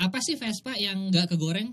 Apa sih Vespa yang nggak kegoreng?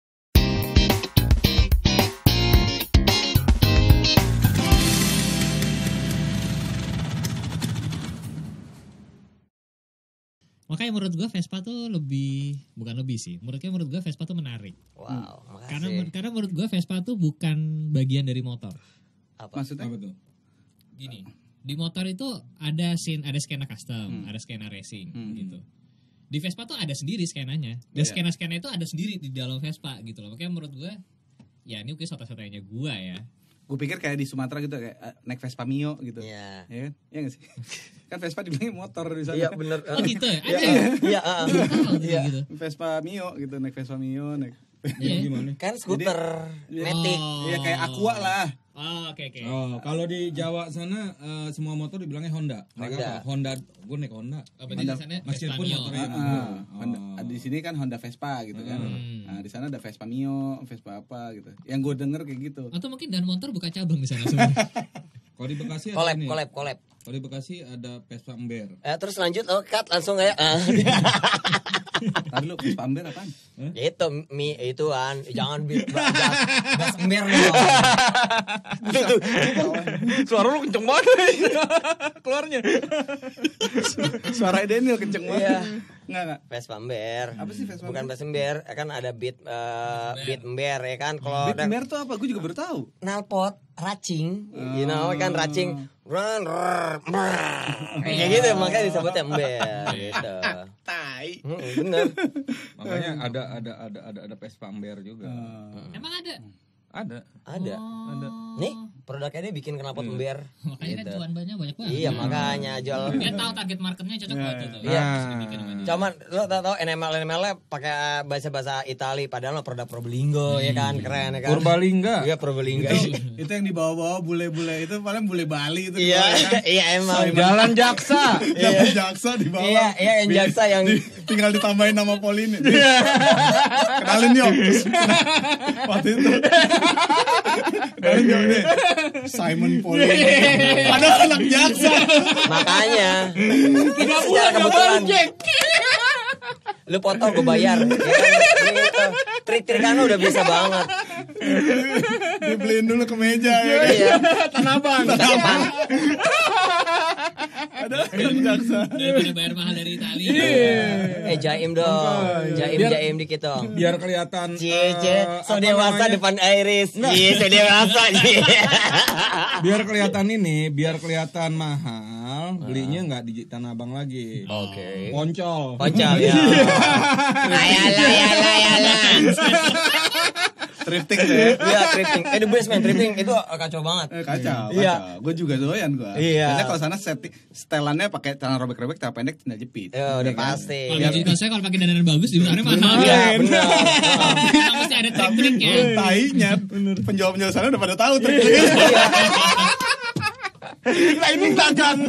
Makanya menurut gue Vespa tuh bukan lebih sih. Menurut gue Vespa tuh menarik. Wow, makasih. Karena menurut gue Vespa tuh bukan bagian dari motor. Apa? Maksudnya? Apa tuh? Gini, di motor itu ada skena custom, ada skena racing gitu. Di Vespa tuh ada sendiri skenanya. Dan skena itu ada sendiri di dalam Vespa gitu loh. Makanya menurut gue, ya ini mungkin soto-sotonya gue ya. Gue pikir kayak di Sumatera gitu kayak naik Vespa Mio gitu. Iya. Iya kan? Iya enggak sih? Kan Vespa dibilangnya motor di sana. Iya bener. Oh gitu ya? Ada Iya, ya? iya, Iya gitu. Vespa Mio gitu, naik Vespa Mio, naik. Iya. Gimana? Kan skuter Matic. Iya kayak Aqua lah. Oh, oke. Oh, kalau di Jawa sana semua motor dibilangnya Honda. Naik Honda. apa? Honda. Gue naik Honda. Apa di sana? Meskipun Vespa Mio. motornya Honda, di sini kan Honda Vespa gitu kan. Nah, di sana ada Vespa Mio, Vespa apa gitu. Yang gue denger kayak gitu. Atau mungkin dan motor buka cabang di sana semua. Kalau di Bekasi ada ini. Collab. Kalau di Bekasi ada Vespa Ember. Terus lanjut, cut langsung kayak Tadi lu Vespa Ember apaan? itu ituan, jangan gas ember dong. Suara lu kenceng banget keluarnya. Suara Daniel kenceng banget. Iya. Enggak. Vespa ember. Apa sih Vespa Bukan ember? Vespa ember, kan ada beat ember ya kan. Kalau Beat Ember tuh apa? Gue juga baru tahu. knalpot racing, you know kan racing run kayak gitu makanya disebutnya ember gitu. Tai. Bener. Makanya ada Vespa Ember juga. Emang ada? Ada. Ada. Nih produknya dia bikin knalpot ember. Makanya kan cuan banyak banget. Iya makanya jual. Dia tahu target marketnya cocok buat itu. Iya. Terus dibikin sama dia. Cuman lo tau NML-nya pakai bahasa Itali padahal lo produk Probolinggo ya kan keren ya kan. Purbalingga. Iya Probolinggo. Itu yang dibawa-bawa bule-bule itu paling bule Bali itu. Iya, iya emang. Jalan Jaksa. Jalan Jaksa dibawa. Iya yang jaksa yang Tinggal ditambahin nama Polin. Kenalin yuk. Waktu itu. Kenalin yuk nih. Simon Polin. Padahal anak jaksa. makanya. Tidak kebetulan. Lu foto gue bayar. Ya kan? Gitu. Trik-trikan lu udah bisa banget. Dibeliin dulu ke meja ya. Iya. Tanah Abang. Padahal anak jaksa. Daripada bayar mahal dari Italia. Jaim dong. Jaim dikit dong. Biar kelihatan So apa dewasa namanya? depan Iris. Iya, so dewasa. Biar kelihatan mahal, belinya nggak di Tanah Abang lagi. Oke. Poncol. Poncal ya. Ayalah. Thrifting deh. Iya, thrifting. The best man, thrifting itu kacau banget. Kacau. Iya. Gue juga doyan gue. Iya. Biasanya kalau sana setelannya pakai celana robek-robek, celana pendek, celana jepit. Ya udah Iya kan? pasti. Kalau saya kalau pakai dandanan bagus di sana mahal. Iya, benar. Memang mesti ada trik-triknya. Tainya. Penjual-penjual sana udah pada tahu triknya. Nah, ini dagang.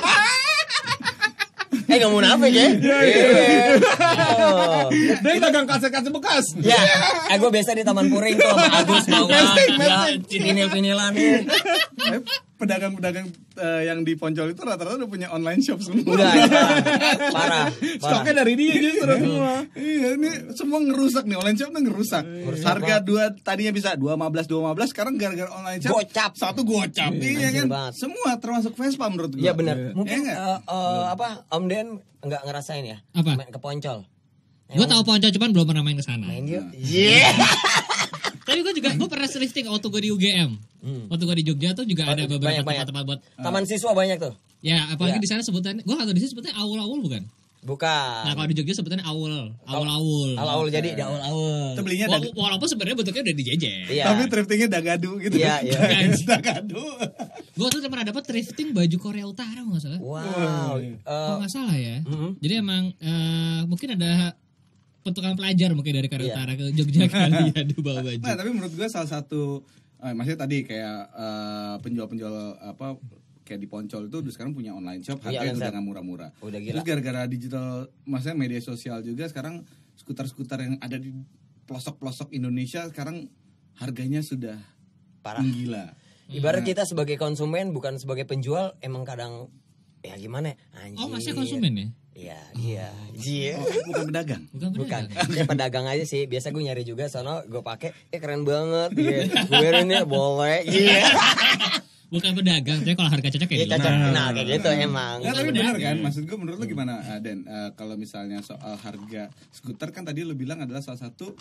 Gak mau nafik ya? Iya. Dia dagang kaset-kaset bekas. Ya, gue biasa di Taman Puring tuh sama Agus bawa vinil-vinilan. Pedagang-pedagang yang di Poncol itu rata-rata udah punya online shop semua. Udah, parah. Stoknya dari dia justru semua. Iya, ini semua ngerusak nih, online shop tuh ngerusak. Harga tadinya bisa 215 sekarang gara-gara online shop Gocap. satu gocap. Iya anjir kan? banget. Semua termasuk Vespa menurut gua. Iya benar. Mungkin Iya Om Den nggak ngerasain ya? Apa? Main ke Poncol. Gue tahu Poncol cuman belum pernah main ke sana. Main yuk. Iya. Tapi gue pernah thrifting waktu gue di UGM. Waktu gue di Jogja tuh juga ada beberapa Banyak. tempat-tempat buat Taman siswa banyak tuh. ya apalagi Ya. di sana sebutannya gue atau di sini sebutnya awul-awul bukan? Bukan. Nah kalau di Jogja sebutannya awul. Awal jadi di awal-awal. Itu belinya Walaupun sebenarnya bentuknya udah dijejer. Iya. tapi thriftingnya dagadu gitu. Iya, iya. Dagadu. Gue tuh pernah dapat thrifting baju Korea Utara nggak salah. Wow. Kalau nggak salah ya. Jadi emang mungkin ada bentukan pelajar mungkin dari Korea Iya. Utara ke Jogja kali ya di bawa baju. Nah, tapi menurut gue salah satu maksudnya tadi kayak penjual-penjual apa kayak di Poncol itu udah sekarang punya online shop, Iya, harganya online udah shop. nggak murah-murah. Udah gila. Terus gara-gara digital, maksudnya media sosial juga sekarang skuter-skuter yang ada di pelosok-pelosok Indonesia sekarang harganya sudah Parah. menggila. Ibarat kita sebagai konsumen bukan sebagai penjual emang kadang ya gimana? Anjir. Oh masih konsumen ya? Iya, iya. Iya. Oh, bukan pedagang. Bukan Bukan, pedagang. ya pedagang aja sih. Biasa gue nyari juga, soalnya gue pakai, keren banget. Iya, gue ini boleh. Iya. Bukan pedagang, tapi kalau harga cocok kayak Iya gitu. cocok. Nah, kayak gitu emang. Nah, tapi Pedagang. benar kan? Maksud gue menurut lu gimana, Dan? Kalau misalnya soal harga skuter kan tadi lu bilang adalah salah satu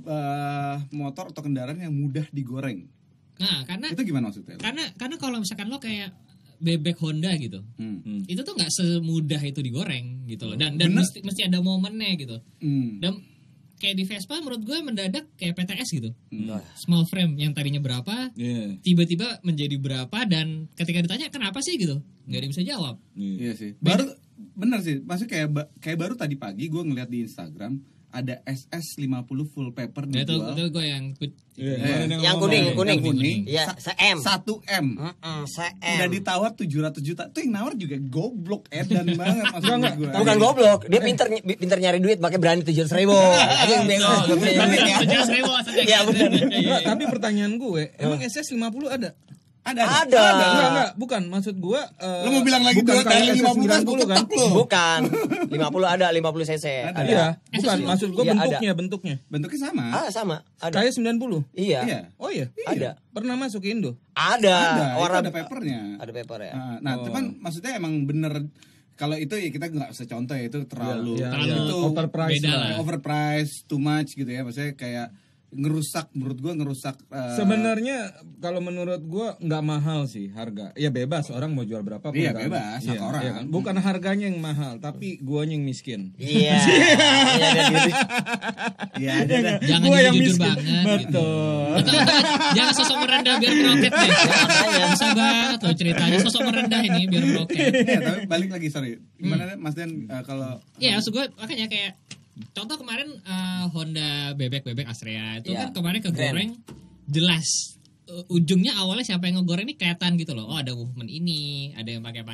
motor atau kendaraan yang mudah digoreng. Nah, karena Itu gimana maksudnya? karena kalau misalkan lo kayak bebek Honda gitu, itu tuh nggak semudah itu digoreng gitu loh. Dan Bener. mesti ada momennya gitu. Hmm. Dan kayak di Vespa menurut gue mendadak kayak PTS gitu. Wah. Small frame yang tadinya berapa, Iya. tiba-tiba menjadi berapa, dan ketika ditanya kenapa sih gitu, nggak ada yang bisa jawab. Iya sih. Baru bener sih. Maksudnya kayak baru tadi pagi gue ngeliat di Instagram ada SS50 full paper Nah, itu dijual. gue yang Iya, Yang kuning. Yang kuning. Iya, se-M. 1M. Se-M. Udah ditawar 700 juta. Tuh yang nawar juga goblok edan banget maksud gue. Bukan goblok, dia pinter nyari duit, makanya berani 700.000. Aja yang bego, gak punya duit ya. 700.000 maksudnya. Iya benar. Enggak, tapi pertanyaan gue, emang SS50 ada? Ada. Enggak, bukan. Maksud gue Lo mau bilang lagi bukan dua kayak kali 50 kan? SS90 kan? Bukan. 50 ada, 50 cc. Ada. Iya, bukan. Maksud gue Iya, bentuknya. Bentuknya sama. Ah, sama. Ada. Kayak 90. Iya. Iya. Oh iya. Ada. Pernah masuk ke Indo? Ada. Ada. Warna Itu ada papernya. Ada paper ya. Nah, cuman maksudnya emang bener kalau itu ya kita nggak bisa contoh ya, itu terlalu Iya, terlalu itu overpriced beda lah. lah. overpriced, too much gitu ya. Maksudnya kayak ngerusak, menurut gua ngerusak. Sebenarnya kalau menurut gua nggak mahal sih harga. Ya bebas, orang mau jual berapa pun. Iya, kan. bebas, hak Iya, orang. iya kan? Bukan harganya yang mahal, tapi guanya yang miskin. Iya. Iya ada gitu. Iya ada dah. Jangan Gua yang jujur miskin. banget gitu. Betul. Atau jangan sosok merendah biar meroket deh. Bisa banget loh ceritanya, sosok merendah ini biar meroket. Iya, tapi balik lagi, sorry. Gimana Mas Dan kalau Iya, maksud gue makanya kayak contoh kemarin Honda bebek Astrea itu Iya. kan kemarin kegoreng jelas. Ujungnya awalnya siapa yang ngegoreng ini kelihatan gitu loh. Oh, ada movement ini, ada yang pakai.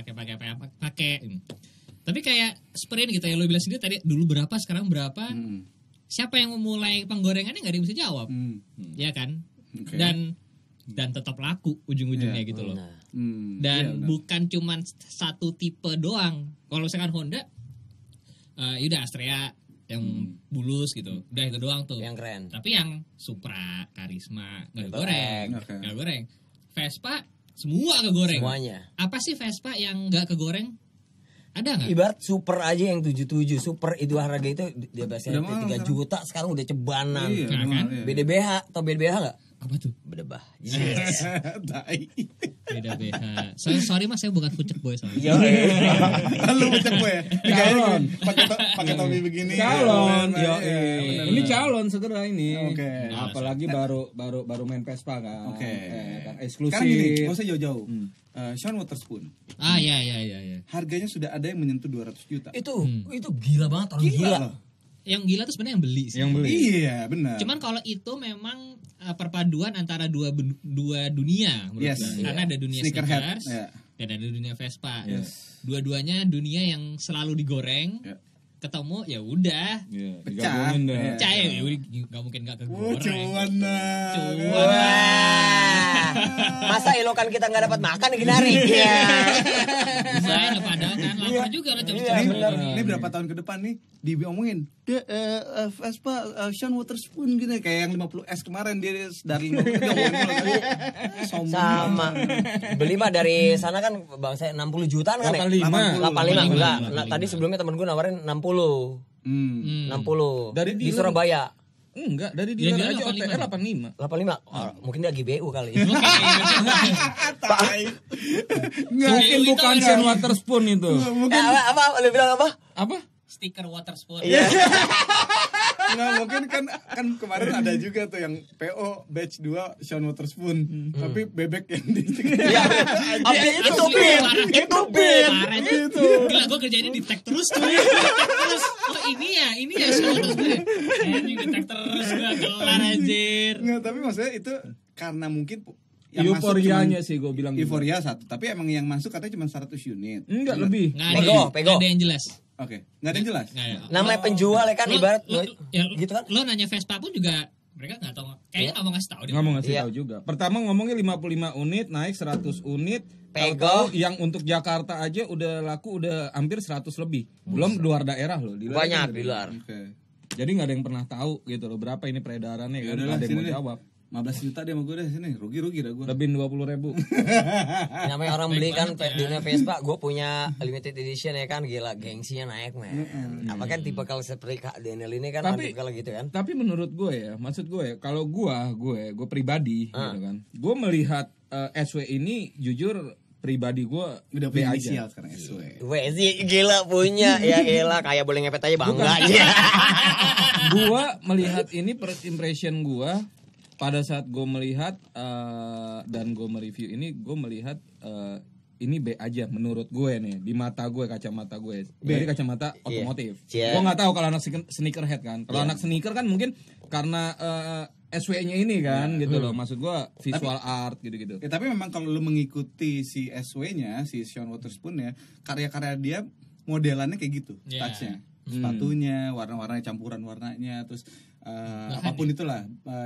Tapi kayak sprint gitu ya, lo bilang sendiri tadi dulu berapa sekarang berapa. Siapa yang memulai penggorengannya nggak ada yang bisa jawab. Ya kan? Oke. Dan tetap laku ujung-ujungnya gitu loh. Nah, Dan bukan cuman satu tipe doang. Kalau misalkan Honda, yaudah Astrea yang bulus gitu, udah itu doang tuh. yang keren. Tapi yang Supra, Karisma nggak Goreng. kegoreng, Oke. nggak goreng. Vespa semua kegoreng. Semuanya. Apa sih Vespa yang nggak kegoreng? Ada nggak? Ibarat super aja yang 77. Super itu harga itu dia biasanya Udah mahal 3 sekarang. juta, sekarang udah cebanan. Iya, Nah, memang, kan? iya. BDBH, atau BDBH enggak? Apa tuh? Bedebah. Tai. Beda BH. Sorry mas, saya bukan pucek boy soalnya. Iya. Lu becek gue ya. Calon. Pakai topi begini. Calon, Iya, yo, bener, ini bener. calon segera ini. Oke. Apalagi baru main Vespa kan. Oke. Kan eksklusif. Sekarang gini, gak usah jauh-jauh. Sean Waterspoon. Iya. Harganya sudah ada yang menyentuh 200 juta. Itu gila banget, orang gila. loh. Yang gila tuh sebenarnya yang beli sih. Yang beli. Iya, benar. Cuman kalau itu memang perpaduan antara dua dunia menurut Yes. gue. Karena ada dunia Sneakerhead, sneakers ya. dan ada dunia Vespa. Yes. Dua-duanya dunia yang selalu digoreng. Ya. Ketemu ya udah. Iya, Pecah. digabungin dah. Iya. Percaya ya nggak mungkin nggak kegoreng. Cuan nah. Wah. Masa ilokan kita nggak dapat makan gini hari? Iya. Lumayan lah padahal kan lapar juga lah Iya, Ini, benar. ini berapa tahun ke depan nih diomongin Vespa Sean Waterspoon gitu kayak yang 50S kemarin dia dari 50 dia ngomongin mulu. Sombong. Sama. Beli mah dari sana kan bang saya 60 jutaan kan ya? 85. 85 enggak. Nah, tadi sebelumnya temen gue nawarin 60. 60. Dari di dealer. Surabaya. Enggak, dari Dia dealer bilang aja 85. OTR 85. 85. Oh, mungkin dia lagi BU kali. Tai. Mungkin itu bukan itu. Sean Waterspoon itu. apa? Lu bilang apa? Apa? Stiker Waterspoon. Nggak mungkin kan kemarin ada juga tuh yang PO batch 2 Sean Waterspoon tapi bebek yang di Iya. Itu Asli, pin. parah. Itu pin. Parah itu. Gila gue kerjanya di tag terus tuh. Terus oh ini ya semua terus gue. Ini di tag terus gue kelar anjir. Nggak, tapi maksudnya itu karena mungkin yang masuk Euforianya cuman- sih gue bilang. gitu. euforia satu tapi emang yang masuk katanya cuma 100 unit. Enggak lebih. Nggak ada, Pego. nggak ada yang jelas. Oke, nggak ada yang jelas. Nggak ada. Namanya penjual ya kan ibarat gitu kan. Lo nanya Vespa pun juga mereka nggak tahu. Kayaknya nggak mau ngasih tahu deh. Nggak mau ngasih Iya. tahu juga. Pertama ngomongnya 55 unit, naik 100 unit, Pego. yang untuk Jakarta aja udah laku udah hampir 100 lebih. Belum luar daerah loh. Di luar Banyak kan di luar. Oke. Jadi nggak ada yang pernah tahu gitu loh berapa ini peredarannya Ya kan. udahlah, Ada yang sini mau deh. jawab. 15 juta deh sama gue deh sini. Rugi dah gue. Lebih 20.000. Namanya orang beli kan banget ya. dunia Vespa, gue punya limited edition ya kan, gila gengsinya naik men. Apa kan tipe kalau seperti Kak Daniel ini kan Tapi- kalau gitu kan. Tapi menurut gue ya, maksud gue ya, kalau gue pribadi gitu kan, gue melihat SW ini jujur pribadi gue Udah B punya aja. inisial sekarang SW. Weh sih gila punya ya elah kayak boleh ngepet aja bangga aja. Gue melihat ini first impression gue pada saat gue melihat dan gue mereview ini, gue melihat ini B aja menurut gue nih di mata gue, kacamata gue. Jadi kacamata otomotif. Iya. Gue nggak tahu kalau anak sneakerhead kan. Kalau anak sneaker kan mungkin karena SW-nya ini kan gitu loh. Maksud gue visual art gitu-gitu. Ya, tapi memang kalau lu mengikuti si SW-nya, si Sean Wotherspoon ya, karya-karya dia modelannya kayak gitu, Iya. touch-nya. Sepatunya, warna-warnanya, campuran warnanya, terus apapun itulah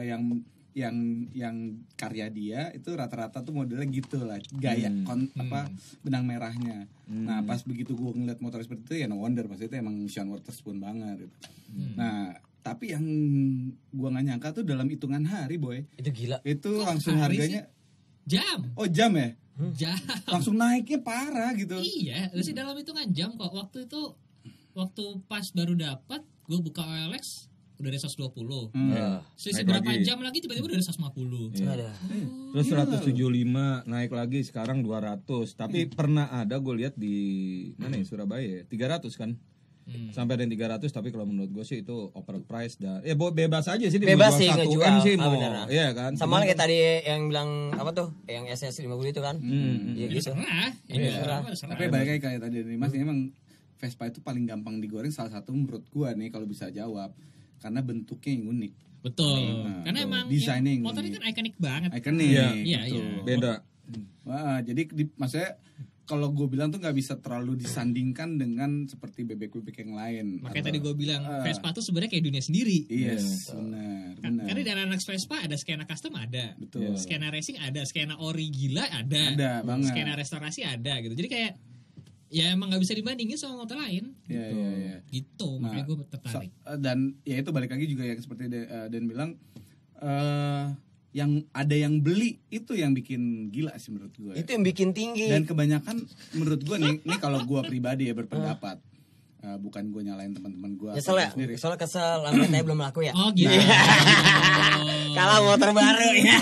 yang karya dia itu rata-rata tuh modelnya gitu lah, gaya benang merahnya. Nah, pas begitu gue ngeliat motor seperti itu ya no wonder pasti itu emang Sean Wotherspoon banget gitu. Nah, tapi yang gue nggak nyangka tuh dalam hitungan hari boy, Itu gila. itu Kok langsung hari harganya Jam. jam ya, Jam. langsung naiknya parah gitu. Iya, itu sih dalam hitungan jam kok. Waktu pas baru dapat, gue buka OLX udah ada 120. Selisih Naik berapa lagi. jam lagi tiba-tiba udah ada 150. Ada. Terus 175 naik lagi sekarang 200. Tapi pernah ada gue lihat di mana ya, Surabaya ya, 300 kan. Sampai ada yang 300, tapi kalau menurut gue sih itu overpriced dan ya bebas aja sih dia Bebas mau sih jual 1 ngejual. M sih Ah, mau. benar. Iya kan? Sama kayak tadi yang bilang apa tuh? Yang SS 50 itu kan. Iya Ini gitu. serah. Ini serah. Tapi balik lagi kayak tadi dari Mas, emang Vespa itu paling gampang digoreng salah satu menurut gua nih kalau bisa jawab karena bentuknya yang unik. Betul. Nah, Karena betul. emang Desainnya yang motor ini unik. kan ikonik banget. Ikonik. Iya. Iya, betul. iya. Beda. Wah, jadi maksudnya kalau gue bilang tuh nggak bisa terlalu disandingkan dengan seperti bebek-bebek yang lain. Makanya tadi gue bilang Vespa tuh sebenarnya kayak dunia sendiri. Yes, benar. Karena di dalam anak Vespa ada skena custom ada, Betul. skena racing ada, skena ori gila ada, Banget. skena restorasi ada gitu. Jadi kayak ya emang nggak bisa dibandingin sama motor lain. Iya, iya, iya. Gitu, makanya gue tertarik. Dan ya itu balik lagi juga yang seperti Dan bilang yang ada yang beli itu yang bikin gila sih menurut gue. Itu yang bikin tinggi. Dan kebanyakan menurut gue nih kalau gue pribadi ya berpendapat, bukan gue nyalain teman-teman gue Nyesel ya? sendiri. Soalnya kesel, lamanya belum laku ya. Oh gitu. Kalah motor baru ya.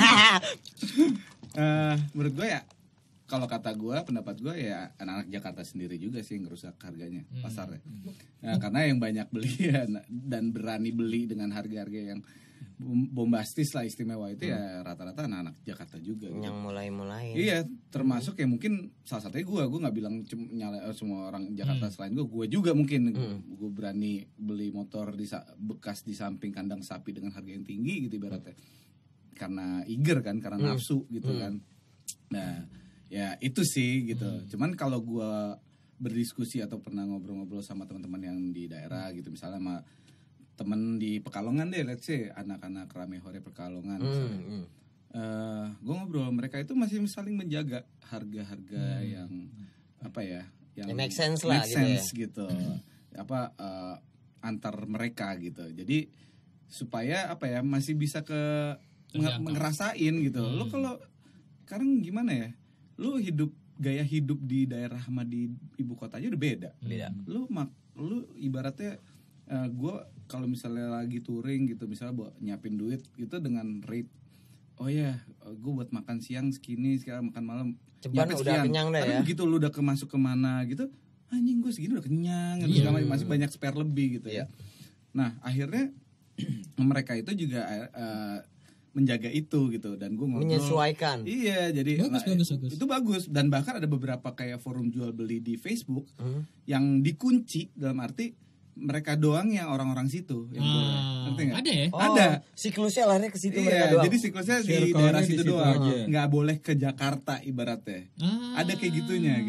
Menurut gue ya, kalau kata gue, pendapat gue ya anak-anak Jakarta sendiri juga sih yang ngerusak harganya pasarnya. Nah, karena yang banyak beli ya, dan berani beli dengan harga-harga yang bombastis lah istimewa itu ya rata-rata anak-anak Jakarta juga gitu. Yang mulai-mulai. Iya, termasuk ya mungkin salah satunya gue nggak bilang nyala semua orang Jakarta selain gue juga mungkin gue berani beli motor bekas di samping kandang sapi dengan harga yang tinggi gitu ibaratnya, karena eager kan, karena nafsu gitu kan. Nah, ya itu sih gitu. Cuman kalau gue berdiskusi atau pernah ngobrol-ngobrol sama teman-teman yang di daerah gitu, misalnya sama temen di Pekalongan deh, let's say anak-anak rame hore Pekalongan misalnya. Gue ngobrol, mereka itu masih saling menjaga harga-harga yang apa ya, yang make sense lah gitu ya. gitu. Apa antar mereka gitu. Jadi supaya apa ya, masih bisa ngerasain gitu. Lo kalau sekarang gimana ya? Lo gaya hidup di daerah sama di ibu kota aja udah beda. Lo ibaratnya gue kalau misalnya lagi touring gitu, misalnya nyiapin duit gitu dengan rate, oh ya gue buat makan siang segini, sekarang makan malam Ceban udah kenyang deh tapi ya. begitu lu udah masuk kemana gitu, anjing gue segini udah kenyang gitu, masih banyak spare lebih gitu ya. Nah akhirnya mereka itu juga menjaga itu gitu, dan gue ngobrol menyesuaikan. Iya, jadi bagus. itu bagus. Dan bahkan ada beberapa kayak forum jual beli di Facebook yang dikunci, dalam arti mereka doang yang orang-orang situ yang boleh. Ngerti nggak? Ada ya? Ada. Siklusnya larinya ke situ mereka Iya, doang. jadi siklusnya di Circle-nya daerah di situ situ doang, aja. nggak boleh ke Jakarta ibaratnya. Ada kayak gitunya gitu.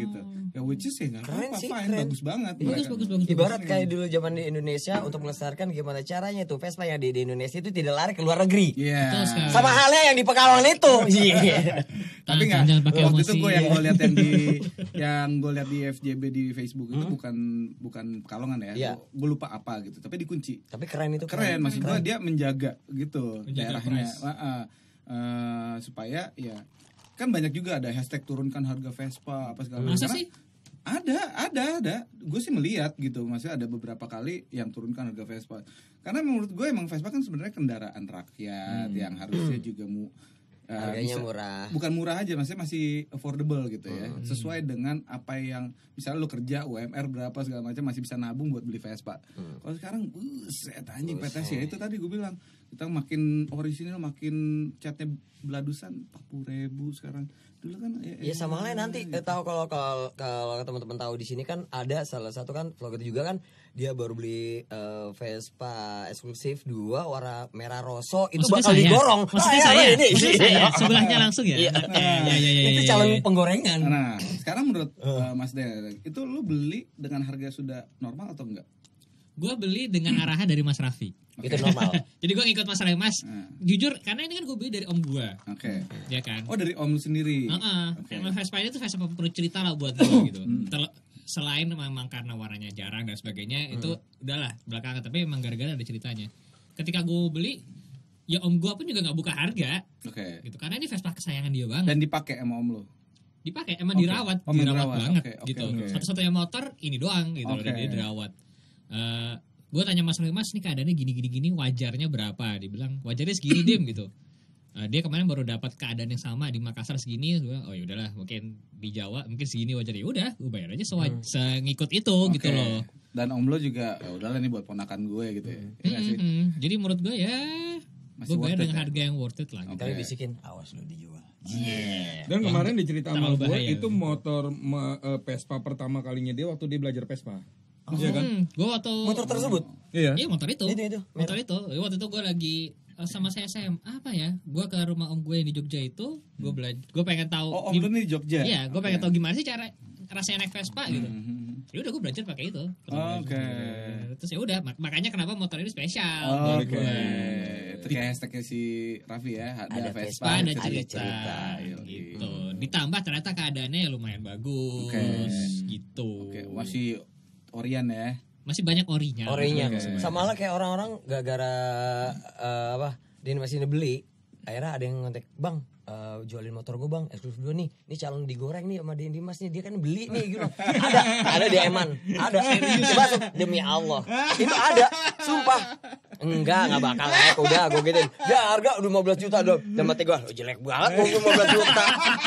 Ya which is ya nggak Keren apa-apa, sih, fine, keren. bagus banget. Bagus, mereka. bagus. Ibarat kayak dulu zaman di Indonesia untuk melestarikan gimana caranya tuh Vespa yang di Indonesia itu tidak lari ke luar negeri. Iya. Betul sekali. Sama halnya yang di Pekalongan itu. Iya. Tapi nggak. Jangan pakai Waktu itu emosi. gue yang gue lihat di FJB di Facebook itu bukan Pekalongan ya. Iya. Gue lupa apa gitu. Tapi dikunci. Tapi keren itu. Keren. Maksud gue dia menjaga gitu Menjaga daerahnya. price. Supaya ya kan banyak juga ada hashtag turunkan harga Vespa apa segala macam. Masa Karena sih? Ada. Gue sih melihat gitu. Maksudnya ada beberapa kali yang turunkan harga Vespa. Karena menurut gue emang Vespa kan sebenarnya kendaraan rakyat yang harusnya juga Harganya murah. Bukan murah aja, maksudnya masih affordable gitu ya. Sesuai dengan apa yang misalnya lu kerja UMR berapa segala macam masih bisa nabung buat beli Vespa. Kalau sekarang buset anjing PTS ya itu tadi gue bilang kita makin orisinil makin catnya beladusan 40.000 sekarang. Dulu kan Ya sama halnya nanti tahu kalau teman-teman tahu di sini kan ada salah satu kan vlogger juga kan dia baru beli Vespa eksklusif 2 warna merah rosso itu Maksudnya bakal saya? digorong. Maksudnya Ah, saya? ini. Maksudnya saya? Sebelahnya langsung ya? Iya. Iya. Itu calon penggorengan. Nah, sekarang menurut Mas Der, itu lu beli dengan harga sudah normal atau enggak? Gue beli dengan arahan dari Mas Raffi. Itu normal. Jadi gue ngikut Mas Raffi, Mas. Jujur, karena ini kan gue beli dari om gue. Oke. Ya kan? Oh dari om lu sendiri. Heeh. Emang Vespa ini tuh Vespa penuh cerita lah buat gue gitu. Selain memang karena warnanya jarang dan sebagainya, itu udahlah belakangan. Tapi emang gara-gara ada ceritanya. Ketika gue beli, ya om gue pun juga nggak buka harga. Oke. Gitu. Karena ini Vespa kesayangan dia banget. Dan dipakai sama om lu. Dipakai, emang Oke. dirawat, Oh, dirawat dirawat. banget Oke, gitu. oke. Satu-satunya motor ini doang gitu, Oke. dan dia dirawat. Gue tanya Mas Roy, Mas, ini keadaannya gini, wajarnya berapa? Dibilang wajarnya segini dim gitu. Dia kemarin baru dapat keadaan yang sama di Makassar segini. Oh ya udahlah, mungkin di Jawa mungkin segini wajarnya. Udah, gue bayar aja sengikut itu gitu Oke. loh. Dan om lo juga ya udahlah nih buat ponakan gue gitu ya. Iya nggak sih? Jadi menurut gue ya, Masih gue bayar worth it dengan ya? harga yang worth it lah. Gitu. Tapi bisikin awas lu dijual. Dan kemarin dicerita sama terlalu gue bahaya. itu motor Vespa pertama kalinya dia waktu dia belajar Vespa. Iya kan? Gue waktu Motor tersebut. Iya. Iya motor itu. Itu. Motor itu. Waktu itu gue lagi sama saya SMA apa ya? Gue ke rumah om gue yang di Jogja itu. Gue belajar. Gue pengen tahu. Oh om lu nih di Jogja. Iya, gue pengen tahu gimana sih cara rasanya naik Vespa gitu. Mhm. Ya udah gue belajar pakai itu. Oke. Terus ya udah, makanya kenapa motor ini spesial. Oke. buat gue. Itu kayak hashtagnya si Raffi ya. Ada Vespa, Vespa, Ada ada cerita, cerita. gitu. Ditambah ternyata keadaannya ya lumayan bagus, Oke. gitu. Oke, masih Orian ya. Masih banyak orinya. Orinya. Oke. Sama lah kayak orang-orang gara-gara dia masih beli, akhirnya ada yang ngontek, "Bang, jualin motor gue bang, eksklusif 2 nih, ini calon digoreng nih sama Dimas nih, dia kan beli nih gitu." Ada di Eman, ada coba tuh, demi Allah itu ada, sumpah enggak bakal naik, udah gue gituin, ya harga udah 15 juta dong, dan mati gue, "Oh, jelek banget mau 15 juta."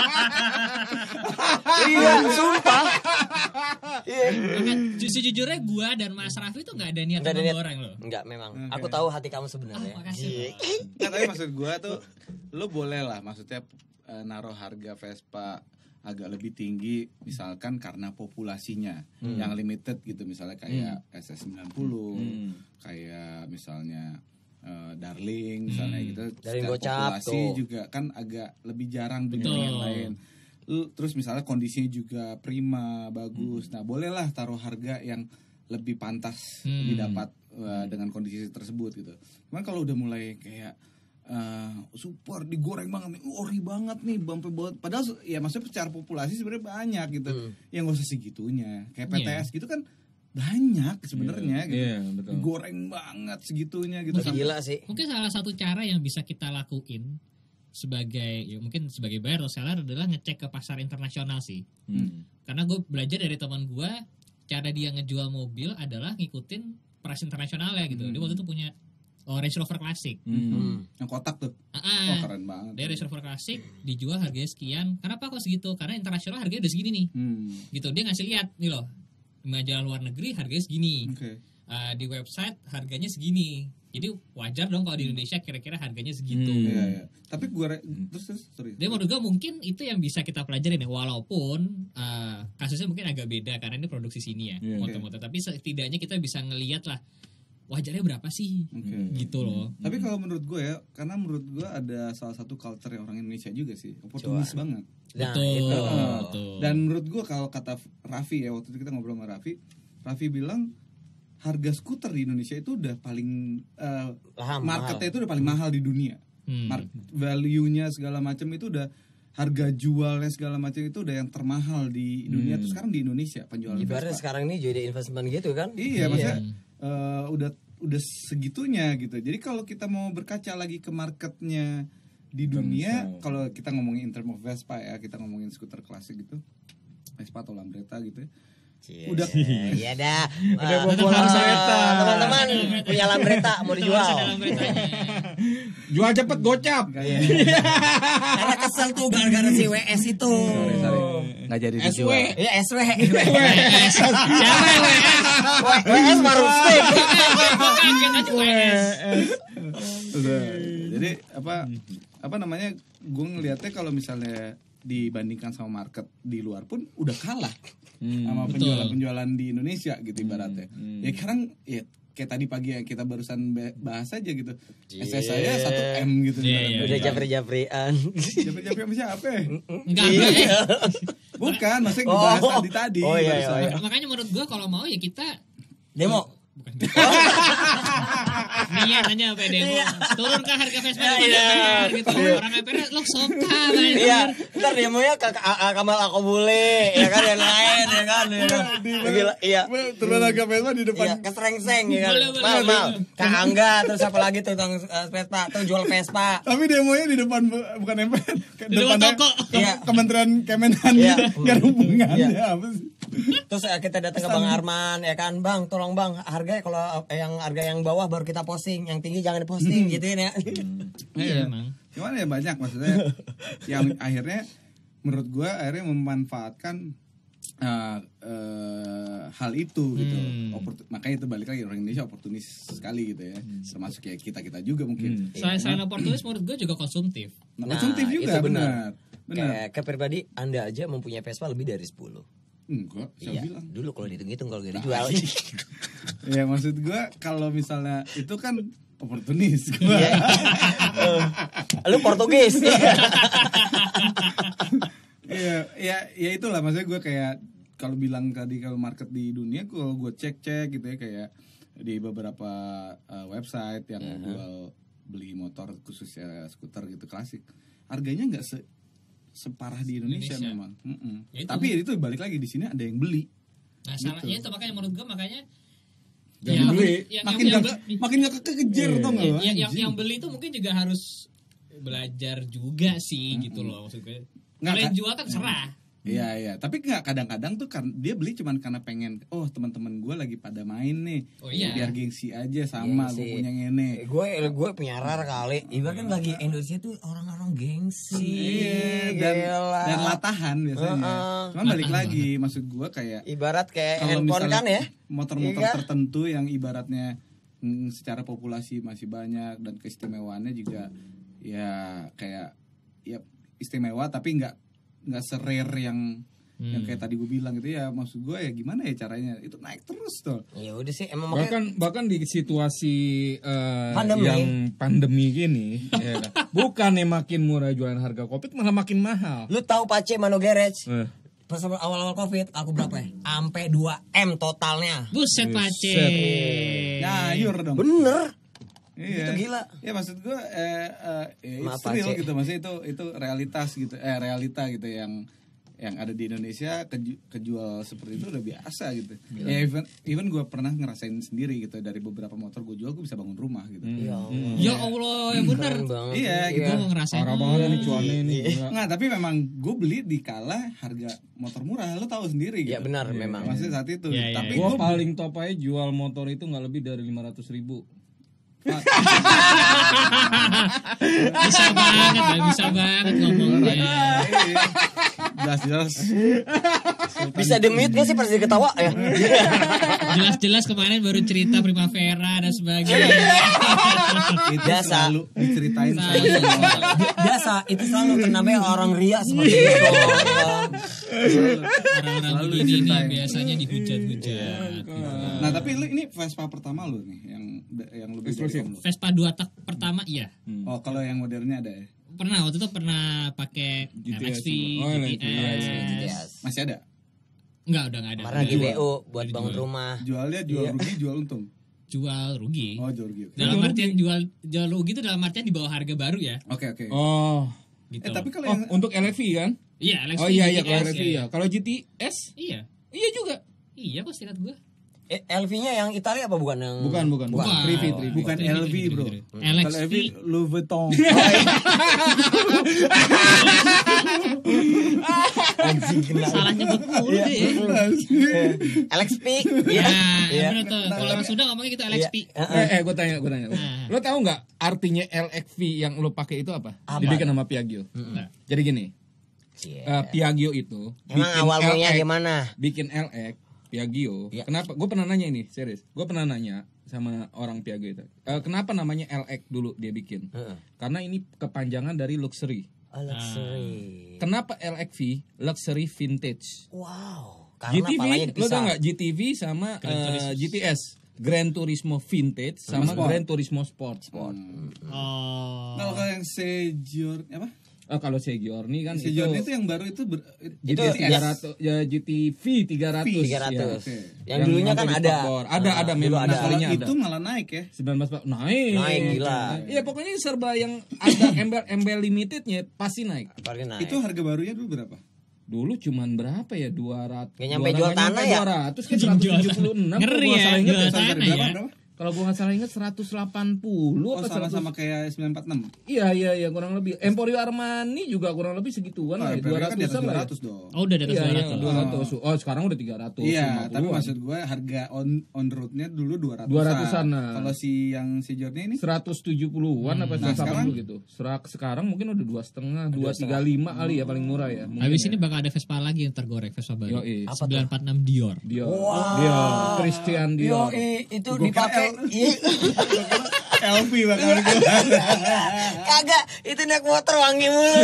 Iya, sumpah. Iya. Sejujurnya gue dan Mas Raffi itu nggak ada niat Nggak ada niat. menggoreng loh. Enggak, memang. Aku tahu hati kamu sebenarnya. Makasih. Iya. Nah, tapi maksud gue tuh lo boleh lah maksudnya naruh harga Vespa agak lebih tinggi misalkan karena populasinya yang limited gitu, misalnya kayak SS90 kayak misalnya Darling misalnya gitu. Darling Secara Gocap populasi tuh. juga kan agak lebih jarang Betul. dibanding yang lain. Terus misalnya kondisinya juga prima bagus, nah bolehlah taruh harga yang lebih pantas didapat dengan kondisi tersebut gitu. Cuman kalau udah mulai kayak super digoreng banget nih, ori banget nih, sampai padahal ya maksudnya secara populasi sebenarnya banyak gitu. Yang gak usah segitunya. Kayak PTS gitu kan banyak sebenarnya gitu. Iya, betul. Digoreng banget segitunya gitu. Itu gila sih. Mungkin salah satu cara yang bisa kita lakuin sebagai ya mungkin sebagai buyer atau seller adalah ngecek ke pasar internasional sih. Karena gue belajar dari teman gue, cara dia ngejual mobil adalah ngikutin price internasionalnya gitu. Dia waktu itu punya Range Rover Classic. Yang kotak tuh. Oh keren banget. Dia Range Rover Classic dijual harganya sekian. Kenapa kok segitu? Karena internasional harganya udah segini nih. Gitu. Dia ngasih lihat nih loh. Majalah luar negeri harganya segini. Oke. Di website harganya segini. Jadi wajar dong kalau di Indonesia kira-kira harganya segitu. Iya. Tapi gue terus sorry. Dia menurut gue mungkin itu yang bisa kita pelajarin ya, walaupun kasusnya mungkin agak beda karena ini produksi sini ya, motor-motor. Tapi setidaknya kita bisa ngelihat lah wajarnya berapa sih? Gitu loh. Tapi kalau menurut gue ya, karena menurut gue ada salah satu culture orang Indonesia juga sih, oportunis banget. Nah, Betul. itu. Betul. Dan menurut gue kalau kata Raffi ya, waktu itu kita ngobrol sama Raffi bilang harga skuter di Indonesia itu udah paling marketnya itu udah paling mahal di dunia. Value-nya segala macam itu udah, harga jualnya segala macam itu udah yang termahal di dunia tuh sekarang di Indonesia penjualan Ibaratnya Vespa. sekarang ini jadi investment gitu kan? Iya, maksudnya udah segitunya gitu. Jadi kalau kita mau berkaca lagi ke marketnya di dunia, kalau kita ngomongin in term of Vespa ya, kita ngomongin skuter klasik gitu, Vespa atau Lambretta gitu ya. Udah Iya dah. Teman-teman punya Lambretta mau dijual. Jual cepet gocap. Karena kesel tuh gara-gara si WS itu. Sorry. Nggak jadi SW. Iya SW. Siapa yang WS baru stick. Jadi apa namanya, gue ngelihatnya kalau misalnya dibandingkan sama market di luar pun udah kalah sama penjualan di Indonesia gitu ibaratnya. Ya sekarang ya kayak tadi pagi yang kita barusan bahas aja gitu. SS saya 1M gitu. Udah japri-japrian. Japri-japri sama siapa? Enggak. Bukan, maksudnya ngebahas tadi. Oh iya. Makanya menurut gua kalau mau ya kita Demo. bukan. Niat aja apa demo. Turunkah harga Vespa gitu. Orang MPR lo soka Iya, ntar demonya ke Kamal Akobule, ya kan, yang lain, ya kan. Iya. Turun harga Vespa di depan. Iya, keserengseng ya kan. Boleh. Mal. Kak Angga, terus apa lagi tuh tentang Vespa, tuh jual Vespa. Tapi demonya di depan bukan MPR, Di depan toko. Iya. Kementerian Kemenhan. Iya. Gak ada hubungannya apa sih? Terus kita datang ke Bang Arman, ya kan, Bang, tolong Bang, harga kalau harga yang bawah baru kita posting, yang tinggi jangan diposting gituin ya. Iya emang. Cuman ya banyak maksudnya yang akhirnya menurut gue akhirnya memanfaatkan hal itu gitu. Makanya itu balik lagi, orang Indonesia oportunis sekali gitu ya. Termasuk ya kita juga mungkin. Selain oportunis menurut gue juga konsumtif. Konsumtif juga, itu benar. Kayak pribadi Anda aja mempunyai Vespa lebih dari 10. Enggak, saya bilang. Dulu kalau dihitung-hitung kalau gak dijual. Ya maksud gue kalau misalnya itu kan oportunis. Lu Portugis. ya itulah maksudnya gue kayak kalau bilang tadi kalau market di dunia, kalau gue cek gitu ya, kayak di beberapa website yang jual beli motor khususnya skuter gitu klasik, harganya nggak separah di Indonesia. Memang. Ya, tapi itu balik lagi di sini ada yang beli. Nah salahnya itu makanya menurut gue makin gak kekejar tuh nggak lo? Yang beli itu mungkin juga harus belajar juga sih gitu loh maksudnya. Kalau yang jual kan serah. Iya. Tapi nggak, kadang-kadang tuh kan dia beli cuman karena pengen, teman-teman gue lagi pada main nih, biar gengsi aja sama gue punya ngene. Gue punya rar kali. Ibaratnya lagi Indonesia tuh orang-orang gengsi. Dan latahan biasanya. Cuman balik lagi, maksud gue kayak ibarat kayak kalau handphone kan ya. Motor-motor tertentu yang ibaratnya secara populasi masih banyak dan keistimewaannya juga ya kayak ya istimewa tapi nggak se-rare yang kayak tadi gue bilang gitu ya. Maksud gue ya gimana ya caranya itu naik terus tuh. Ya udah sih emang bahkan di situasi pandemi. Yang pandemi gini ya kan? Bukannya makin murah jualan harga Covid, malah makin mahal. Lu tahu Pace Mano Garage? Pas awal-awal Covid aku berapa ya? Sampai 2M totalnya. Buset Pace. Nyayur dong. Bener. Iya. Itu gila. Ya maksud gue it's real gitu, maksudnya itu realitas gitu, realita gitu yang ada di Indonesia kejual seperti itu udah biasa gitu. Ya even gue pernah ngerasain sendiri gitu, dari beberapa motor gue jual gue bisa bangun rumah gitu. Ya Allah, yang bener. Iya gitu. Gue ngerasain. Parah banget nih cuannya ini. Nggak, tapi memang gue beli di kala harga motor murah, lo tahu sendiri gitu. Iya benar memang. Maksudnya saat itu. Tapi gue paling top aja jual motor itu nggak lebih dari 500.000. bisa banget ngomongnya. Jelas. Bisa di-mute gak sih pas diketawa ya? Jelas-jelas kemarin baru cerita Primavera dan sebagainya. Itu Biasa. selalu diceritain sama Selalu. semua orang. Biasa itu selalu namanya orang ria seperti itu. Orang-orang Selalu begini nih diceritain. biasanya dihujat-hujat gitu. Nah, tapi lu ini Vespa pertama lu nih yang lu beli dari Eksklusif. om lu. Vespa 2 tak pertama iya. Oh, kalau yang modernnya ada ya? Pernah waktu itu pernah pakai GTS LXV, juga. Oh, GTS. GTS. Masih ada? Enggak, udah enggak ada. Kemarin lagi BO buat bangun rumah. Jualnya jual rugi, jual untung. Jual rugi. Oh, jual rugi. Oke. Dalam artian jual rugi itu dalam artian di bawah harga baru ya, Oke. Oh. gitu. Tapi kalau Oh, yang untuk LV kan? Iya, LXV. Oh iya GTS, kalau LV iya. ya. Kalau GTS? Iya. Iya juga. Iya, kok seingat gua. LV-nya yang Italia apa bukan yang? Bukan. Wow. Trivi. bukan LV, Bro. Kalau LXV. LV Louis Vuitton. Anjing kena. Salah nyebut mulu Iya. deh. LXP. Ya, Iya. bener tuh. Kalau orang Sunda ngomongnya gitu LXP. Gue tanya. Nah. Lo tahu nggak artinya LXV yang lo pakai itu apa? Apa? Dibikin sama Piaggio. Nah. Jadi gini, Piaggio itu Emang awal mulanya LX, gimana? bikin LX Piaggio. Iya. Kenapa? Gue pernah nanya ini, serius. Gue pernah nanya sama orang Piaggio itu. Kenapa namanya LX dulu dia bikin? Heeh. Karena ini kepanjangan dari luxury. Luxury. Kenapa LXV? Luxury vintage. Wow. Karena GTV, palanya lo dipisah. tau nggak? GTV sama GTS, Grand Turismo Vintage sama Sport. Grand Turismo Sport. Oh. Kalau yang Sejour apa? Kalau Segiorni kan Sejournya itu yang baru itu Itu GT 300 ya GTV 300. 300. Oke. Yang dulunya kan nonton di ada. Sport Bar. Ada Dulu memang ada. aslinya ada. Itu malah naik ya. 19 Pak naik. Naik, gila. Iya pokoknya serba yang ada embel limitednya pasti naik. Apalagi naik. Itu harga barunya dulu berapa? Dulu cuman berapa ya 200. Nggak nyampe jual tanah ya? 200 kan 176. Ngeri ya, jual tanah ya. Kalau gua nggak salah ingat 180 Oh, apa 100. sama-sama kayak 946. Iya kurang lebih. Emporio Armani juga kurang lebih segituan Oh, lah, Emporio kan di atas 200-an lah. 200 dong. Oh, udah di atas Iya, 200. 200. Oh, sekarang udah 300. Iya, tapi maksud gue harga on roadnya dulu 200-an. 200-an, nah. Kalau si yang si Journey ini 170-an apa Nah, 180 gitu. Sekarang mungkin udah 2,5, 235 kali ya paling murah ya. Mungkin Habis ya. ini bakal ada Vespa lagi yang tergorek, Vespa baru. Yoi. 946 Dior. Dior. Dior, Christian Dior. Itu dipakai. Iya. LV bakal gue. Kagak, itu naik motor wangi mulu.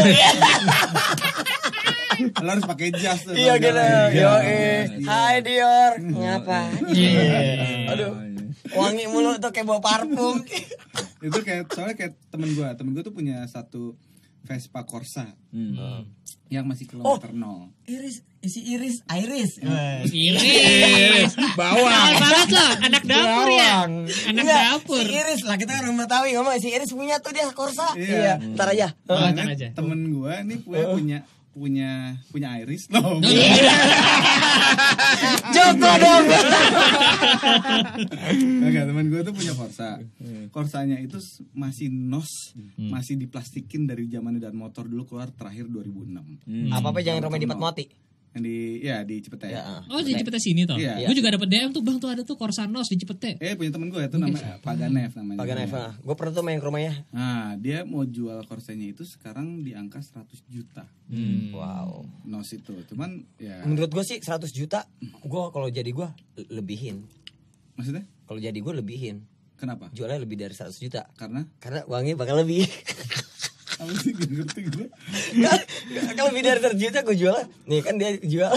Lo harus pakai jas tuh. Iya kalau gitu. jalan. Yo, Iya. hai Dior. Ngapa? Iya. Aduh, wangi mulu tuh kayak bawa parfum. Itu kayak soalnya kayak temen gue tuh punya satu Vespa Corsa yang masih kilometer 0. Iris, Iris. Iris. Bawang. Kenal banget loh, anak dapur ya. Bawang. Anak Enggak, dapur. Si Iris lah, kita orang Betawi ngomong si Iris punya tuh dia Corsa. Iya. Ntar aja. Oh, Makanya ntar aja. temen gue nih punya Iris loh. Joko dong. Enggak, temen gue tuh punya Corsa. Corsanya itu masih masih diplastikin dari zaman dan motor dulu keluar terakhir 2006. Apa-apa jangan Romeo di Fatmawati. Yang di Cipete. Ya. Oh, di Cipete sini toh. Iya. Gue juga dapet DM tuh, Bang, tuh ada tuh Corsa Nos di Cipete. Punya temen gue itu namanya Pak Ganef namanya. Pakai Neva. Gue pernah tuh main ke rumahnya. Nah, dia mau jual Corsanya itu sekarang di angka 100 juta. Wow. Nos itu. Cuman ya Menurut gue sih 100 juta. Gue kalau jadi gue lebihin. maksudnya Kalau jadi gue lebihin. kenapa? Jualnya lebih dari 100 juta. Karena Karena uangnya bakal lebih. apa sih gak ngerti gue. Kalau lebih dari 100 juta gue jual. Nih kan dia jual.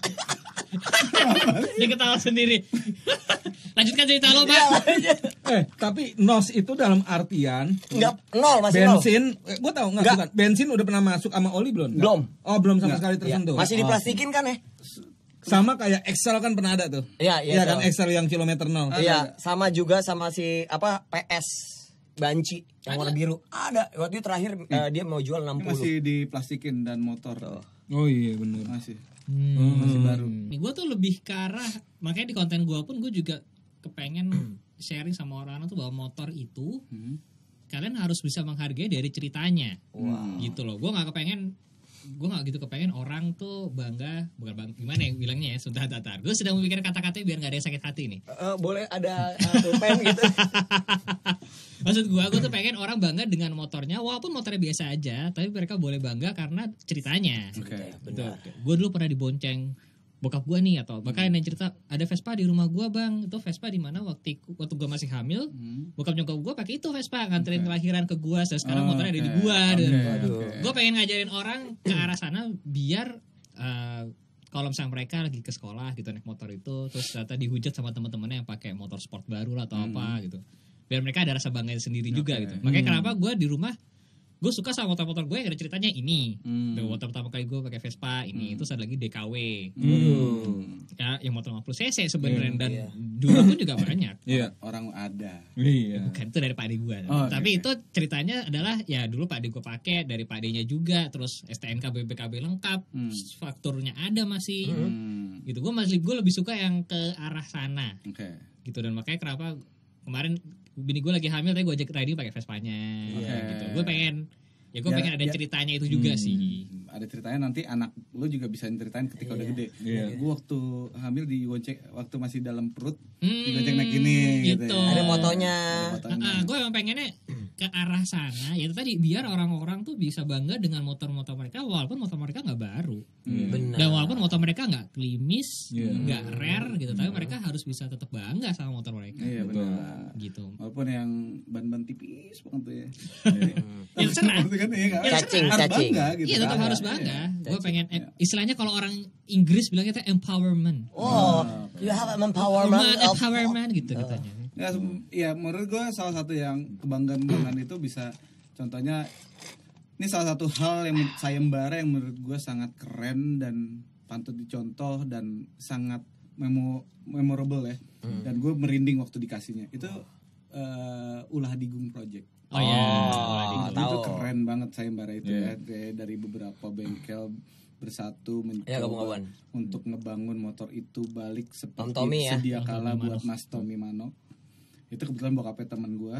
Dia ketawa sendiri. Lanjutkan cerita lo, Pak. Tapi NOS itu dalam artian Enggak, nol masih nol. bensin, gue tahu nggak? Bukan. Bensin udah pernah masuk sama oli belum? Belum. Oh, belum sama sekali Ya, tersentuh. masih Oh. diplastikin kan ya? Sama kayak Excel kan pernah ada tuh. Iya, Iya kan tahu. Excel yang kilometer 0. Iya, sama juga sama si apa PS Banci yang warna biru. Ada. Waktu itu terakhir dia mau jual 60. Masih diplastikin dan motor. Oh iya benar. Masih. Masih baru. Gue tuh lebih ke arah, makanya di konten gue pun gue juga kepengen sharing sama orang-orang tuh bahwa motor itu kalian harus bisa menghargai dari ceritanya. Gitu loh. Gue nggak gitu kepengen orang tuh bukan bangga, gimana ya bilangnya ya, sebentar. Gue sedang memikir kata-katanya biar nggak ada yang sakit hati nih. Boleh ada pulpen gitu. Maksud gue tuh pengen orang bangga dengan motornya, walaupun motornya biasa aja, tapi mereka boleh bangga karena ceritanya. Oke. Gue dulu pernah dibonceng bokap gua nih atau bahkan yang cerita ada Vespa di rumah gua bang, itu Vespa di mana waktu gua masih hamil, bokap nyokap gua pakai itu Vespa nganterin kelahiran ke gua, dan sekarang motornya ada di gua. Gua pengen ngajarin orang ke arah sana biar kalau misalnya mereka lagi ke sekolah gitu naik motor itu, terus ternyata dihujat sama teman-temannya yang pakai motor sport baru lah atau apa gitu, biar mereka ada rasa bangga sendiri juga gitu. Makanya kenapa gue di rumah gue suka sama motor-motor gue yang ada ceritanya ini. Motor pertama kali gue pakai Vespa ini, terus ada lagi DKW. Ya, yang motor 50 cc sebenarnya dan dulu pun juga banyak. Orang ada. Bukan itu dari Pak Ade gue. Tapi itu ceritanya adalah ya dulu Pak Ade gue pakai, dari Pak Ade-nya juga, terus STNK BPKB lengkap, fakturnya ada masih. Gitu. Gue lebih suka yang ke arah sana. Gitu, dan makanya kenapa kemarin bini gue lagi hamil, tapi gue ajak riding pakai Vespanya. Gitu. Gue pengen ada ceritanya itu juga sih. Ada ceritanya, nanti anak lu juga bisa ceritain ketika udah gede. Gue waktu hamil digonceng, waktu masih dalam perut digonceng naik ini gitu. Ada fotonya. Gue emang pengennya ke arah sana. Ya itu tadi, biar orang-orang tuh bisa bangga dengan motor-motor mereka walaupun motor mereka nggak baru. Dan walaupun motor mereka nggak klimis, nggak rare gitu, tapi mereka harus bisa tetap bangga sama motor mereka. Iya benar. Gitu. Walaupun yang ban-ban tipis banget tuh ya. Ya terserah. Cacing. Gitu. Iya tetap harus bangga. Gue pengen istilahnya kalau orang Inggris bilangnya itu empowerment. You have empowerment gitu katanya. Ya menurut gue salah satu yang kebanggaan itu bisa, contohnya ini salah satu hal yang sayembara yang menurut gue sangat keren dan patut dicontoh dan sangat memorable ya. Dan gue merinding waktu dikasihnya itu Ulah Digung Project. Oh iya. Itu keren banget sayembara itu ya, dari beberapa bengkel bersatu untuk ngebangun motor itu balik seperti sedia kala buat Mas Tommy Mano. Itu kebetulan bokapnya teman gue.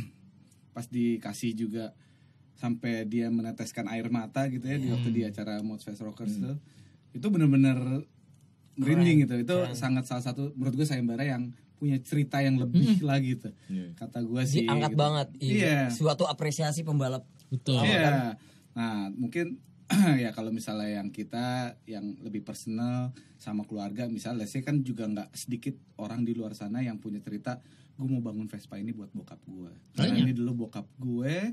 Pas dikasih juga sampai dia meneteskan air mata gitu ya di waktu di acara Mods Rockers tuh. Itu benar-benar merinding gitu. Itu sangat salah satu menurut gue sayembara yang punya cerita yang lebih lagi tuh. Kata gue sih diangkat gitu. banget. Suatu apresiasi pembalap. Betul. Iya. Nah, mungkin ya kalau misalnya yang kita yang lebih personal sama keluarga, misalnya saya kan juga nggak sedikit orang di luar sana yang punya cerita, gue mau bangun Vespa ini buat bokap gue. Karena ini dulu bokap gue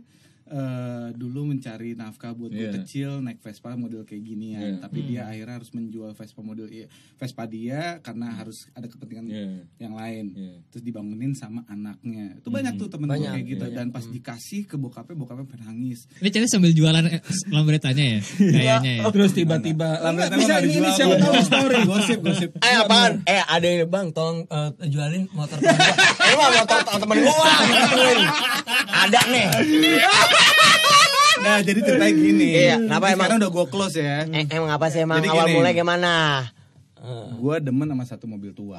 dulu mencari nafkah buat gue kecil naik Vespa model kayak ginian, tapi dia akhirnya harus menjual Vespa model Vespa dia karena harus ada kepentingan yang lain. Terus dibangunin sama anaknya. Itu banyak tuh temen gue kayak gitu. Dan pas dikasih ke bokapnya penangis. Ini cewek sambil jualan lambretanya ya, kayaknya ya. Terus tiba-tiba bisa ini siapa tahu story gosip. Apaan? Ada ini bang, tolong jualin motor temen gua. Ini mah motor temen gua. Ada nih. Nah jadi ceritanya gini. Kenapa emang? Sekarang udah gue close ya. Emang apa sih emang jadi awal gini, mulai gimana? Gue demen sama satu mobil tua.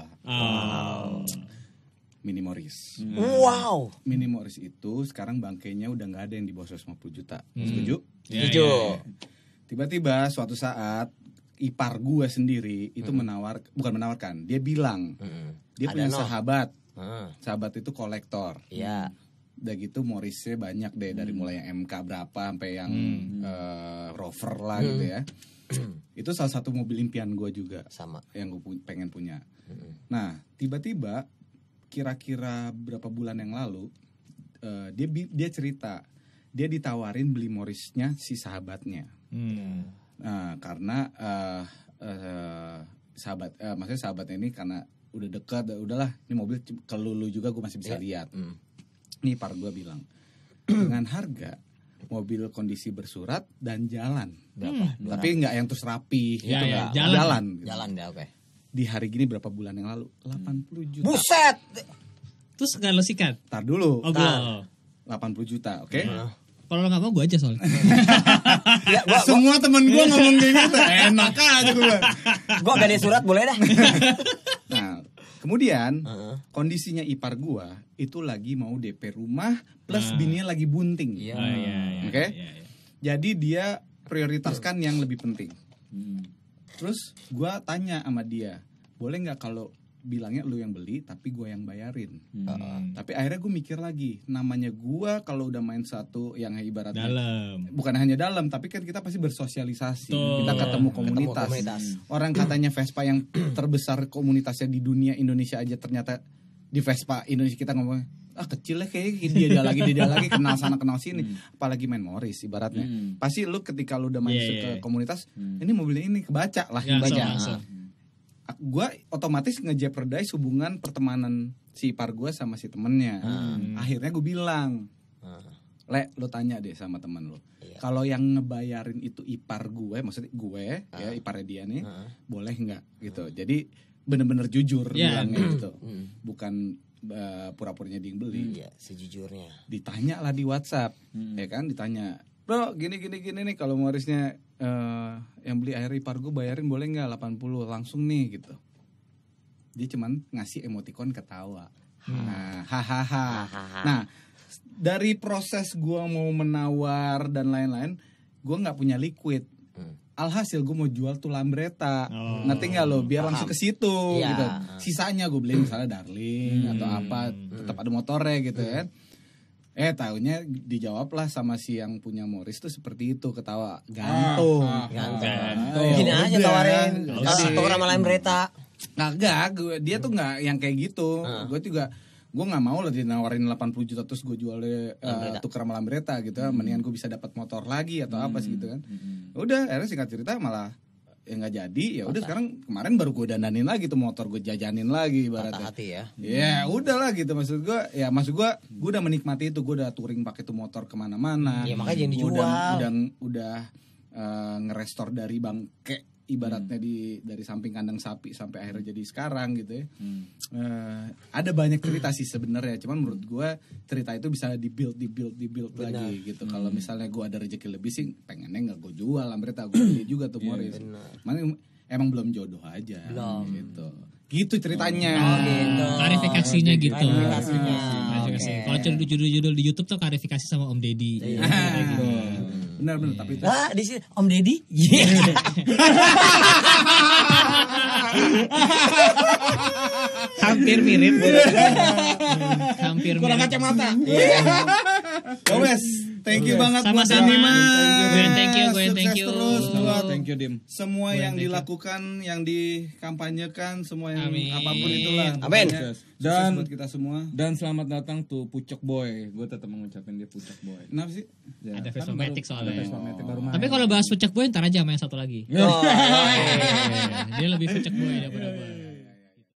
Mini Morris. Wow. Mini Morris itu sekarang bangkainya udah nggak ada yang di bawah 150 juta. Setuju? Setuju. Tiba-tiba suatu saat ipar gue sendiri itu bukan menawarkan, dia bilang dia punya sahabat. Sahabat itu kolektor. Iya. Udah gitu Morrisnya banyak deh, dari mulai yang MK berapa sampai yang Rover lah gitu ya. Itu salah satu mobil impian gue juga, sama yang gue pengen punya. Nah tiba-tiba kira-kira berapa bulan yang lalu dia cerita dia ditawarin beli Morrisnya si sahabatnya. Nah karena maksudnya sahabatnya ini karena udah dekat, udahlah ini mobil kelulu juga gue masih bisa lihat. Nih par gue bilang dengan harga mobil kondisi bersurat dan jalan tapi nggak yang terus rapi gitu, jalan ya, oke. Di hari gini berapa bulan yang lalu 80 juta. Buset. Terus kalau sikat tar dulu 80 juta, oke? Kalau lo nggak mau gue aja soalnya. Semua temen gue ngomong kayak gitu, enak aja gue. Gue gak ada surat boleh dah. Nah kemudian kondisinya ipar gue itu lagi mau DP rumah plus bininya lagi bunting. Oke? Jadi dia prioritaskan yang lebih penting. Terus gue tanya sama dia, boleh nggak kalau bilangnya lu yang beli tapi gue yang bayarin. Tapi akhirnya gue mikir lagi, namanya gue kalau udah main satu yang ibaratnya Dalam. bukan hanya dalam, tapi kan kita pasti bersosialisasi. Betul. Kita ketemu komunitas. Orang katanya Vespa yang terbesar komunitasnya di dunia Indonesia aja, ternyata di Vespa Indonesia kita ngomong kecil ya, kayaknya dia lagi kenal sana kenal sini. Apalagi main Morris ibaratnya. Pasti lu ketika lu udah main ke komunitas, ini mobilnya ini kebaca lah, Langsung. Gue otomatis nge-jeopardize hubungan pertemanan si ipar gue sama si temennya. Akhirnya gue bilang, Le, lo tanya deh sama temen lo, kalau yang ngebayarin itu ipar gue, maksudnya gue ya iparnya dia nih, boleh nggak gitu. Jadi bener-bener jujur bilangnya gitu, bukan pura-puranya dia yang beli. Iya, sejujurnya. Ditanya lah di WhatsApp, ya kan, ditanya, bro gini nih kalau Morrisnya yang beli akhirnya ipar gue bayarin boleh nggak 80 langsung nih gitu. Dia cuman ngasih emoticon ketawa. Nah, hahaha. Nah, dari proses gue mau menawar dan lain-lain, gue nggak punya liquid. Alhasil gue mau jual tuh Lambretta, ngerti nggak lo? Biar langsung ke situ gitu. Sisanya gue beli misalnya Darling atau apa, tetap ada motornya gitu kan. Taunya dijawab lah sama si yang punya Morris tuh seperti itu, ketawa gantung. Gini aja tawarin, tukar sama Lambretta. Nggak, dia tuh nggak yang kayak gitu. Gue nggak mau lah dinawarin 80 juta terus gue jualnya tukar sama Lambretta gitu. Mendingan gue bisa dapat motor lagi atau apa sih gitu kan. Udah, akhirnya singkat cerita malah nggak jadi. Ya udah sekarang kemarin baru gue dandanin lagi tuh motor, gue jajanin lagi ibaratnya. Patah hati ya. Ya udahlah gitu, maksud gue udah menikmati itu, gue udah touring pakai tuh motor kemana-mana. Ya makanya jangan dijual. Udah ngerestor dari bangke ibaratnya dari samping kandang sapi sampai akhirnya jadi sekarang gitu ya. Ada banyak cerita sih sebenarnya, cuman menurut gue cerita itu bisa dibuild lagi gitu. Kalau misalnya gue ada rezeki lebih sih pengennya nggak gue jual Lambretta, gue beli juga tuh Morris. Mana emang belum jodoh aja gitu ceritanya. Klarifikasinya gitu. Klarifikasinya. Kalau judul-judul di YouTube tuh klarifikasi sama Om Deddy. Benar tapi itu di sini Om Deddy. Hampir mirip. Hampir kurang mirip. kacamata. Wes, thank you banget buat Sama-sama. Dimas. Thank you. Sukses terus buat Thank you Dim. semua yang dilakukan, yang dikampanyekan, semua yang Amin. apapun itulah. Amin. Pokoknya sukses Dan buat kita semua. Dan selamat datang tuh Pucok Boy. Gue tetap mengucapin dia Pucok Boy. Kenapa sih? Ya. Ada Vespa Matic soalnya. Vespa Matic baru main. Tapi kalau bahas pucak boy ntar aja main satu lagi. Dia lebih pucak boy daripada gue.